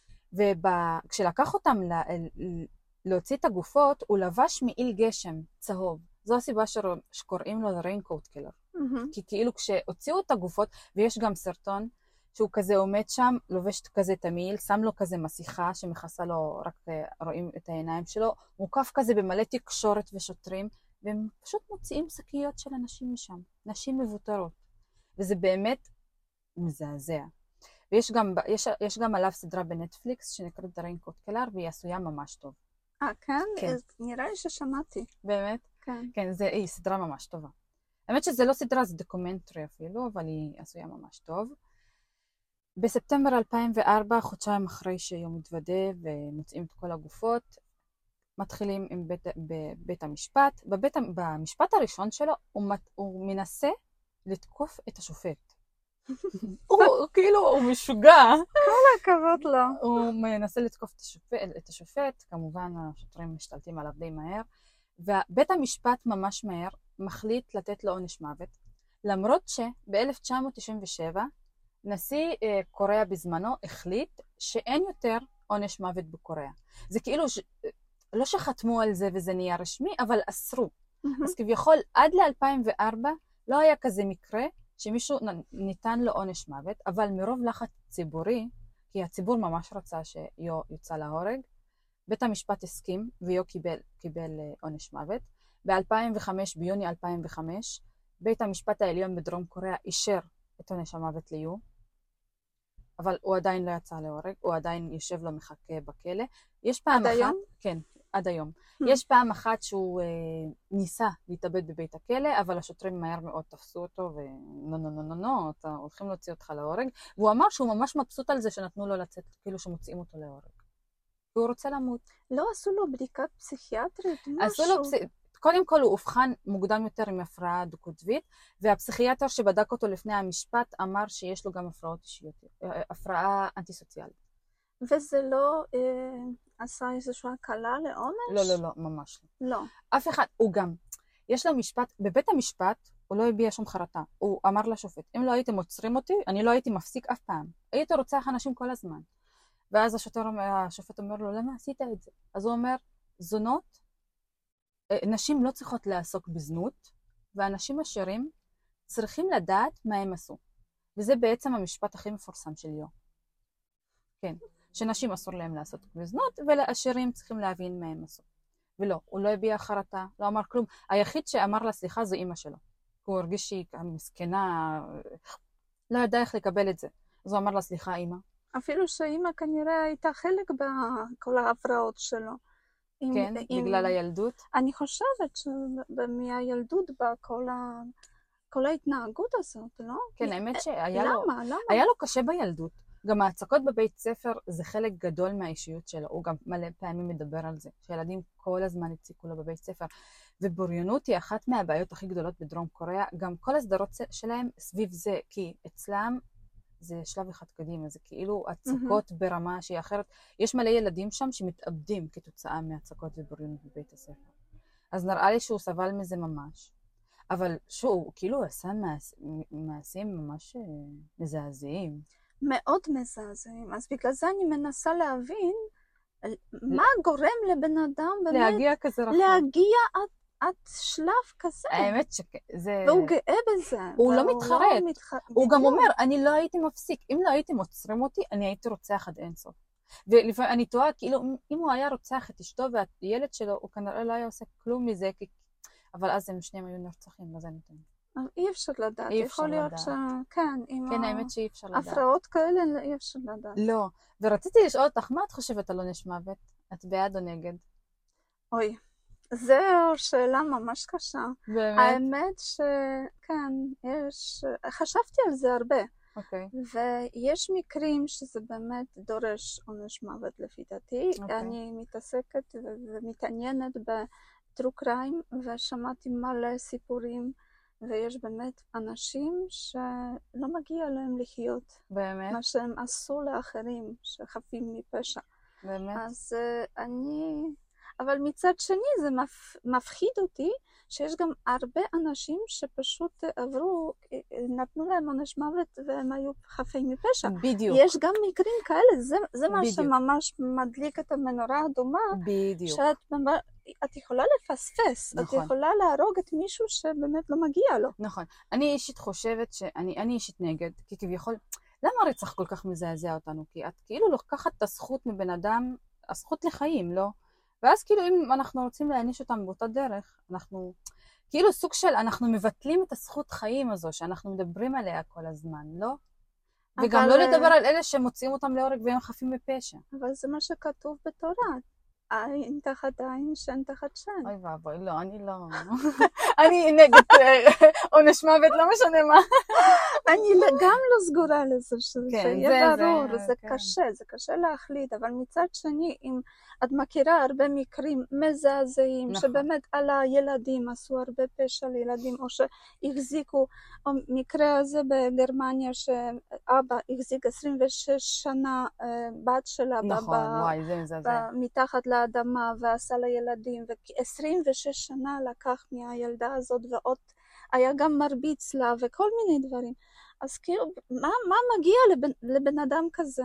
[SPEAKER 1] וכשלקח אותם להוציא את הגופות, הוא לבש מעיל גשם צהוב. זו הסיבה שקוראים לו ריינקוט קילר. Mm-hmm. כי כאילו כשהוציאו את הגופות, ויש גם סרטון שהוא כזה עומד שם, לובש כזה את המעיל, שם לו כזה מסיכה שמכסה לו, רק רואים את העיניים שלו, מוקף כזה במלא תקשורת ושוטרים, והם פשוט מוציאים שקיות של אנשים משם, נשים מבוטרות. וזה באמת מזעזע. ויש גם, יש, יש גם עליו סדרה בנטפליקס שנקראת ריינקוט קילר, והיא עשויה ממש טוב.
[SPEAKER 2] אה, כן?
[SPEAKER 1] כן.
[SPEAKER 2] אז נראה לי ששמעתי.
[SPEAKER 1] באמת?
[SPEAKER 2] כן.
[SPEAKER 1] כן, זה, היא סדרה ממש טובה. האמת שזה לא סדרה, זה דוקומנטרי אפילו, אבל היא עשויה ממש טוב. בספטמבר אלפיים וארבע, חודשיים אחרי שהוא מתוודה ומוצאים את כל הגופות, מתחילים עם בית, בבית המשפט. בבית, במשפט הראשון שלו הוא, הוא מנסה לתקוף את השופט. הוא כאילו, הוא משוגע.
[SPEAKER 2] כל הכבוד לו.
[SPEAKER 1] הוא מנסה לתקוף את השופט, את השופט, כמובן השוטרים משתלטים עליו די מהר, ובית המשפט ממש מהר מחליט לתת לו עונש מוות, למרות שב-אלף תשע מאות תשעים ושבע נשיא קוריאה בזמנו החליט שאין יותר עונש מוות בקוריאה. זה כאילו, ש... לא שחתמו על זה וזה נהיה רשמי, אבל אסרו. Mm-hmm. אז כביכול עד ל-אלפיים וארבע לא היה כזה מקרה שמישהו ניתן לו עונש מוות, אבל מרוב לחץ ציבורי, כי הציבור ממש רצה שיו יוצא להורג, בית המשפט הסכים ויו קיבל, קיבל עונש מוות. ב-אלפיים וחמש, ביוני אלפיים וחמש, בית המשפט העליון בדרום קוריאה אישר את עונש המוות ליו, אבל הוא עדיין לא יצא להורג, הוא עדיין יושב לו מחכה בכלא. יש פעם
[SPEAKER 2] עד
[SPEAKER 1] אחת,
[SPEAKER 2] היום?
[SPEAKER 1] כן, עד היום. יש פעם אחת שהוא אה, ניסה להתאבד בבית הכלא, אבל השוטרים מהר מאוד תפסו אותו, ונו נו נו נו נו, אתה הולכים להוציא אותך להורג, והוא אמר שהוא ממש מבסוט על זה שנתנו לו לצאת, כאילו שמוציאים אותו להורג. הוא רוצה למות.
[SPEAKER 2] לא עשו לו בדיקת פסיכיאטרית, משהו.
[SPEAKER 1] עשו לו פס... קודם כל הוא אובחן מוקדם יותר עם הפרעה דו-קוטבית, והפסיכיאטר שבדק אותו לפני המשפט אמר שיש לו גם הפרעות אישיות, הפרעה אנטי-סוציאלית.
[SPEAKER 2] וזה לא אה, עשה איזושהי הקלה לעונש?
[SPEAKER 1] לא, לא, לא, ממש
[SPEAKER 2] לא. לא.
[SPEAKER 1] אף אחד, הוא גם, יש לו משפט, בבית המשפט הוא לא הביע שום חרטה. הוא אמר לשופט, אם לא הייתם עוצרים אותי, אני לא הייתי מפסיק אף פעם. הייתי רוצח אנשים כל הזמן. ואז השוטר, השופט אומר לו, למה עשית את זה? אז הוא אומר, זונות, נשים לא צריכות לעסוק בזנות, ואנשים עשירים צריכים לדעת מה הם עשו. וזה בעצם המשפט הכי מפורסם של יו. כן, שנשים אסור להם לעשות בזנות, ולעשירים צריכים להבין מה הם עשו. ולא, הוא לא הביע חרטה, לא אמר כלום. היחיד שאמר לה סליחה זו אמא שלו. הוא הרגיש שהיא מסכנה, לא ידע איך לקבל את זה. אז הוא אמר לה סליחה אמא.
[SPEAKER 2] אפילו שאמא כנראה הייתה חלק בכל ההפרעות שלו.
[SPEAKER 1] כן, עם, בגלל הילדות?
[SPEAKER 2] אני חושבת שמהילדות בכל ה... כל ההתנהגות הזאת, לא?
[SPEAKER 1] כן, האמת שהיה לו...
[SPEAKER 2] למה? למה?
[SPEAKER 1] היה לו קשה בילדות. גם ההצקות בבית ספר זה חלק גדול מהאישיות שלו. הוא גם מלא פעמים מדבר על זה, שילדים כל הזמן הציקו לו בבית ספר. ובריונות היא אחת מהבעיות הכי גדולות בדרום קוריאה. גם כל הסדרות שלהם סביב זה, כי אצלם זה שלב אחד קדימה, זה כאילו הצקות mm-hmm. ברמה שהיא אחרת. יש מלא ילדים שם שמתאבדים כתוצאה מהצקות ובריונות בבית הספר. אז נראה לי שהוא סבל מזה ממש. אבל שהוא כאילו עשה מעש... מעשים ממש מזעזעים.
[SPEAKER 2] מאוד מזעזעים. אז בגלל זה אני מנסה להבין מה גורם לבן אדם באמת
[SPEAKER 1] להגיע כזה רחוק.
[SPEAKER 2] להגיע עד, עד שלב כזה.
[SPEAKER 1] האמת שזה...
[SPEAKER 2] והוא גאה בזה.
[SPEAKER 1] הוא לא מתחרט.
[SPEAKER 2] לא מתח...
[SPEAKER 1] הוא גם אומר, אני לא הייתי מפסיק. אם לא הייתם עוצרים אותי, אני הייתי רוצח עד אינסוף. ולפעמים אני טועה, כאילו, אם הוא היה רוצח את אשתו והילד שלו, הוא כנראה לא היה עושה כלום מזה, כי... אבל אז הם שניהם היו נרצחים, אז אני נותן.
[SPEAKER 2] אי אפשר לדעת.
[SPEAKER 1] אי אפשר
[SPEAKER 2] יכול להיות
[SPEAKER 1] לדעת.
[SPEAKER 2] ש... כן, עם
[SPEAKER 1] כן, האמת שאי אפשר לדעת.
[SPEAKER 2] הפרעות כאלה אי אפשר לדעת.
[SPEAKER 1] לא. ורציתי לשאול אותך, מה את חושבת על עונש מוות? את בעד או נגד?
[SPEAKER 2] אוי, זו שאלה ממש קשה.
[SPEAKER 1] באמת?
[SPEAKER 2] האמת שכן, דורש, חשבתי על זה הרבה,
[SPEAKER 1] אוקיי.
[SPEAKER 2] ויש מקרים שזה באמת דורש עונש מוות לפי דעתי.
[SPEAKER 1] אוקיי.
[SPEAKER 2] אני מתעסקת ו- ומתעניינת בטרו קריים, ושמעתי מלא סיפורים, ויש באמת אנשים שלא מגיע להם לחיות,
[SPEAKER 1] באמת?
[SPEAKER 2] מה שהם עשו לאחרים שחפים מפשע.
[SPEAKER 1] באמת?
[SPEAKER 2] אז uh, אני... אבל מצד שני זה מפ... מפחיד אותי שיש גם הרבה אנשים שפשוט עברו, נתנו להם עונש מוות והם היו חפים מפשע.
[SPEAKER 1] בדיוק.
[SPEAKER 2] יש גם מקרים כאלה, זה, זה מה
[SPEAKER 1] בדיוק.
[SPEAKER 2] שממש מדליק את המנורה האדומה.
[SPEAKER 1] בדיוק.
[SPEAKER 2] שאת את יכולה לפספס,
[SPEAKER 1] נכון.
[SPEAKER 2] את יכולה להרוג את מישהו שבאמת לא מגיע לו.
[SPEAKER 1] נכון. אני אישית חושבת שאני אני אישית נגד, כי כביכול, למה הרצח כל כך מזעזע אותנו? כי את כאילו לוקחת את הזכות מבן אדם, הזכות לחיים, לא? ואז כאילו אם אנחנו רוצים להעניש אותם באותה דרך, אנחנו כאילו סוג של, אנחנו מבטלים את הזכות חיים הזו, שאנחנו מדברים עליה כל הזמן, לא? וגם
[SPEAKER 2] אבל...
[SPEAKER 1] לא לדבר על אלה שמוצאים אותם להורג והם חפים מפשע.
[SPEAKER 2] אבל זה מה שכתוב בתורה. עין תחת עין, שן תחת שן.
[SPEAKER 1] אוי ואבוי, לא, אני לא... אני נגד עונש מוות, לא משנה מה.
[SPEAKER 2] אני גם לא סגורה לזה, שיהיה ברור, זה קשה, זה קשה להחליט, אבל מצד שני, אם את מכירה הרבה מקרים מזעזעים, שבאמת על הילדים עשו הרבה פשע לילדים, או שהחזיקו, או מקרה הזה בגרמניה, שאבא החזיק עשרים ושש שנה בת שלה, מתחת לאדמה, ועשה לילדים, ו-עשרים ושש שנה לקח מהילדה הזאת, ועוד היה גם מרביץ לה, וכל מיני דברים. אז כאילו, מה, מה מגיע לבן, לבן אדם כזה?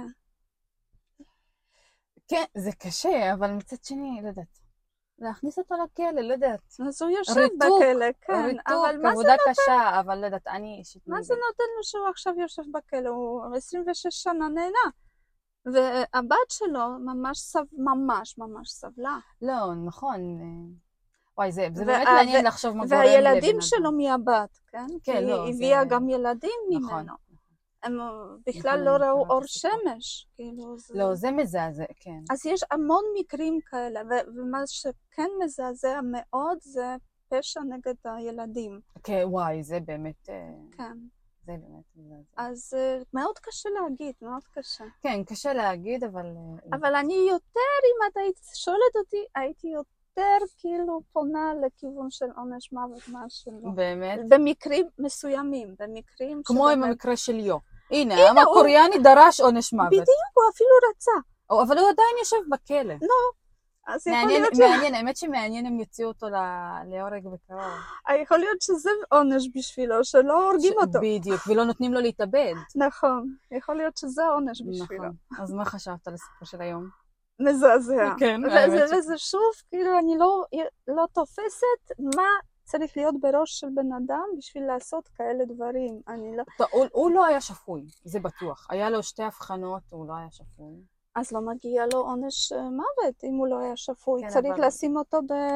[SPEAKER 1] כן, זה קשה, אבל מצד שני, לא יודעת. להכניס אותו לכלא, לא יודעת.
[SPEAKER 2] אז הוא יושב בכלא, כן.
[SPEAKER 1] ריתוק, עבודה קשה, אבל לא יודעת, אני אישית
[SPEAKER 2] מה זה נותן לו שהוא עכשיו יושב בכלא? הוא עשרים ושש שנה נהנה. והבת שלו ממש סב... ממש ממש סבלה.
[SPEAKER 1] לא, נכון. וואי, זה, זה באמת מעניין לחשוב מה גורם לבן אדם.
[SPEAKER 2] והילדים שלו מהבת, כן?
[SPEAKER 1] כן, לא,
[SPEAKER 2] היא הביאה
[SPEAKER 1] זה...
[SPEAKER 2] גם ילדים
[SPEAKER 1] נכון.
[SPEAKER 2] ממנו. הם בכלל לא ראו אור שמש. כאילו זה...
[SPEAKER 1] לא, זה מזעזע, כן.
[SPEAKER 2] אז יש המון מקרים כאלה, ומה שכן מזעזע מאוד זה פשע נגד הילדים.
[SPEAKER 1] כן, וואי, זה באמת...
[SPEAKER 2] כן.
[SPEAKER 1] זה באמת מזעזע.
[SPEAKER 2] אז מאוד קשה להגיד, מאוד קשה.
[SPEAKER 1] כן, קשה להגיד, אבל...
[SPEAKER 2] אבל אני יותר, אם את היית שואלת אותי, הייתי יותר כאילו פונה לכיוון של עונש מוות משהו.
[SPEAKER 1] באמת?
[SPEAKER 2] במקרים מסוימים, במקרים...
[SPEAKER 1] כמו עם המקרה של יו. הנה, העם הקוריאני דרש עונש מוות.
[SPEAKER 2] בדיוק, הוא אפילו רצה.
[SPEAKER 1] אבל הוא עדיין יושב בכלא.
[SPEAKER 2] לא. אז יכול
[SPEAKER 1] מעניין,
[SPEAKER 2] להיות ש...
[SPEAKER 1] מעניין, האמת שמעניין הם יוציאו אותו להורג בקרוב.
[SPEAKER 2] יכול להיות שזה עונש בשבילו, שלא הורגים אותו.
[SPEAKER 1] בדיוק, ולא נותנים לו להתאבד.
[SPEAKER 2] נכון, יכול להיות שזה עונש בשבילו.
[SPEAKER 1] נכון, אז מה חשבת על הסיפור של היום?
[SPEAKER 2] מזעזע.
[SPEAKER 1] כן,
[SPEAKER 2] וזה, וזה שוב, כאילו אני לא, לא תופסת מה צריך להיות בראש של בן אדם בשביל לעשות כאלה דברים. אני לא...
[SPEAKER 1] טוב, הוא, הוא לא היה שפוי, זה בטוח. היה לו שתי הבחנות, הוא לא היה שפוי.
[SPEAKER 2] אז לא מגיע לו עונש מוות אם הוא לא היה שפוי.
[SPEAKER 1] כן,
[SPEAKER 2] צריך
[SPEAKER 1] אבל...
[SPEAKER 2] לשים אותו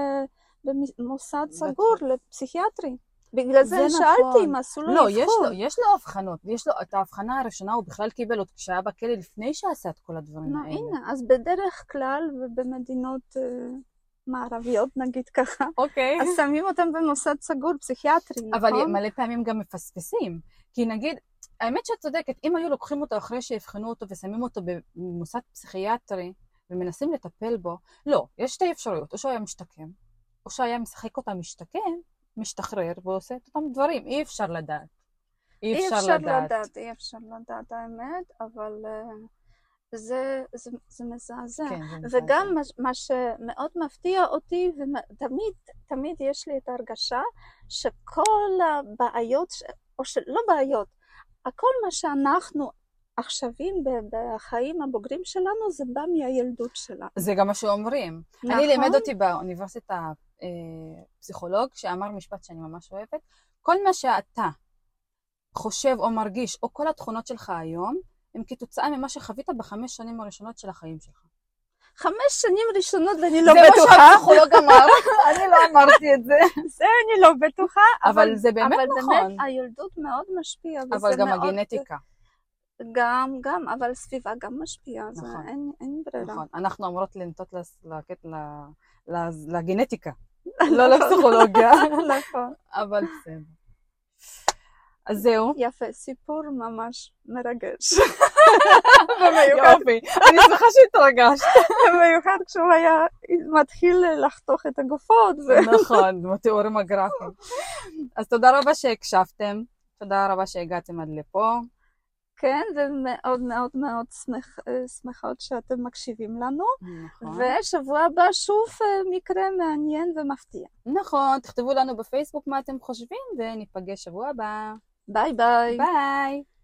[SPEAKER 2] במוסד סגור בטוח. לפסיכיאטרי. בגלל זה, זה
[SPEAKER 1] נכון.
[SPEAKER 2] שאלתי אם עשו לו
[SPEAKER 1] לא,
[SPEAKER 2] יבחור.
[SPEAKER 1] יש לו, יש לו הבחנות. יש לו, את ההבחנה הראשונה הוא בכלל קיבל עוד כשהיה בכלא לפני שעשה את כל הדברים
[SPEAKER 2] לא,
[SPEAKER 1] האלה.
[SPEAKER 2] הנה, אז בדרך כלל ובמדינות uh, מערביות נגיד ככה,
[SPEAKER 1] אוקיי.
[SPEAKER 2] אז שמים אותם במוסד סגור פסיכיאטרי,
[SPEAKER 1] אבל
[SPEAKER 2] נכון?
[SPEAKER 1] מלא פעמים גם מפספסים. כי נגיד, האמת שאת צודקת, אם היו לוקחים אותו אחרי שיבחנו אותו ושמים אותו במוסד פסיכיאטרי ומנסים לטפל בו, לא, יש שתי אפשרויות, או שהוא היה משתקם, או שהיה משחק אותה משתקם, משתחרר ועושה את אותם דברים, אי אפשר לדעת.
[SPEAKER 2] אי אפשר, אפשר לדעת. לדעת, אי אפשר לדעת האמת, אבל uh, זה, זה, זה מזעזע. כן, זה מזעזע. וגם מה, מה שמאוד מפתיע אותי, ותמיד תמיד יש לי את ההרגשה שכל הבעיות, או שלא בעיות, הכל מה שאנחנו עכשווים בחיים הבוגרים שלנו, זה בא מהילדות שלנו. זה גם מה שאומרים.
[SPEAKER 1] נכון? אני לימד אותי באוניברסיטה אה, פסיכולוג, שאמר משפט שאני ממש אוהבת, כל מה שאתה חושב או מרגיש, או כל התכונות שלך היום, הם כתוצאה ממה שחווית בחמש שנים הראשונות של החיים שלך.
[SPEAKER 2] חמש שנים ראשונות ואני לא בטוחה.
[SPEAKER 1] זה מה שהפסיכולוג אמר, אני לא אמרתי את זה.
[SPEAKER 2] זה אני לא בטוחה,
[SPEAKER 1] אבל זה באמת נכון.
[SPEAKER 2] אבל באמת הילדות מאוד משפיעה.
[SPEAKER 1] אבל גם הגנטיקה.
[SPEAKER 2] גם, גם, אבל סביבה גם משפיעה, אין ברירה.
[SPEAKER 1] נכון, אנחנו אמורות לנטות לגנטיקה, לא לפסיכולוגיה.
[SPEAKER 2] נכון.
[SPEAKER 1] אבל בסדר. אז זהו.
[SPEAKER 2] יפה, סיפור ממש מרגש.
[SPEAKER 1] יופי, אני שמחה שהתרגשת.
[SPEAKER 2] במיוחד כשהוא היה מתחיל לחתוך את הגופות.
[SPEAKER 1] נכון, בתיאורים הגרפיים. אז תודה רבה שהקשבתם, תודה רבה שהגעתם עד לפה.
[SPEAKER 2] כן, ומאוד מאוד מאוד שמח, שמחות שאתם מקשיבים לנו. נכון. ושבוע הבא שוב מקרה מעניין ומפתיע.
[SPEAKER 1] נכון, תכתבו לנו בפייסבוק מה אתם חושבים, וניפגש שבוע הבא.
[SPEAKER 2] ביי ביי.
[SPEAKER 1] ביי.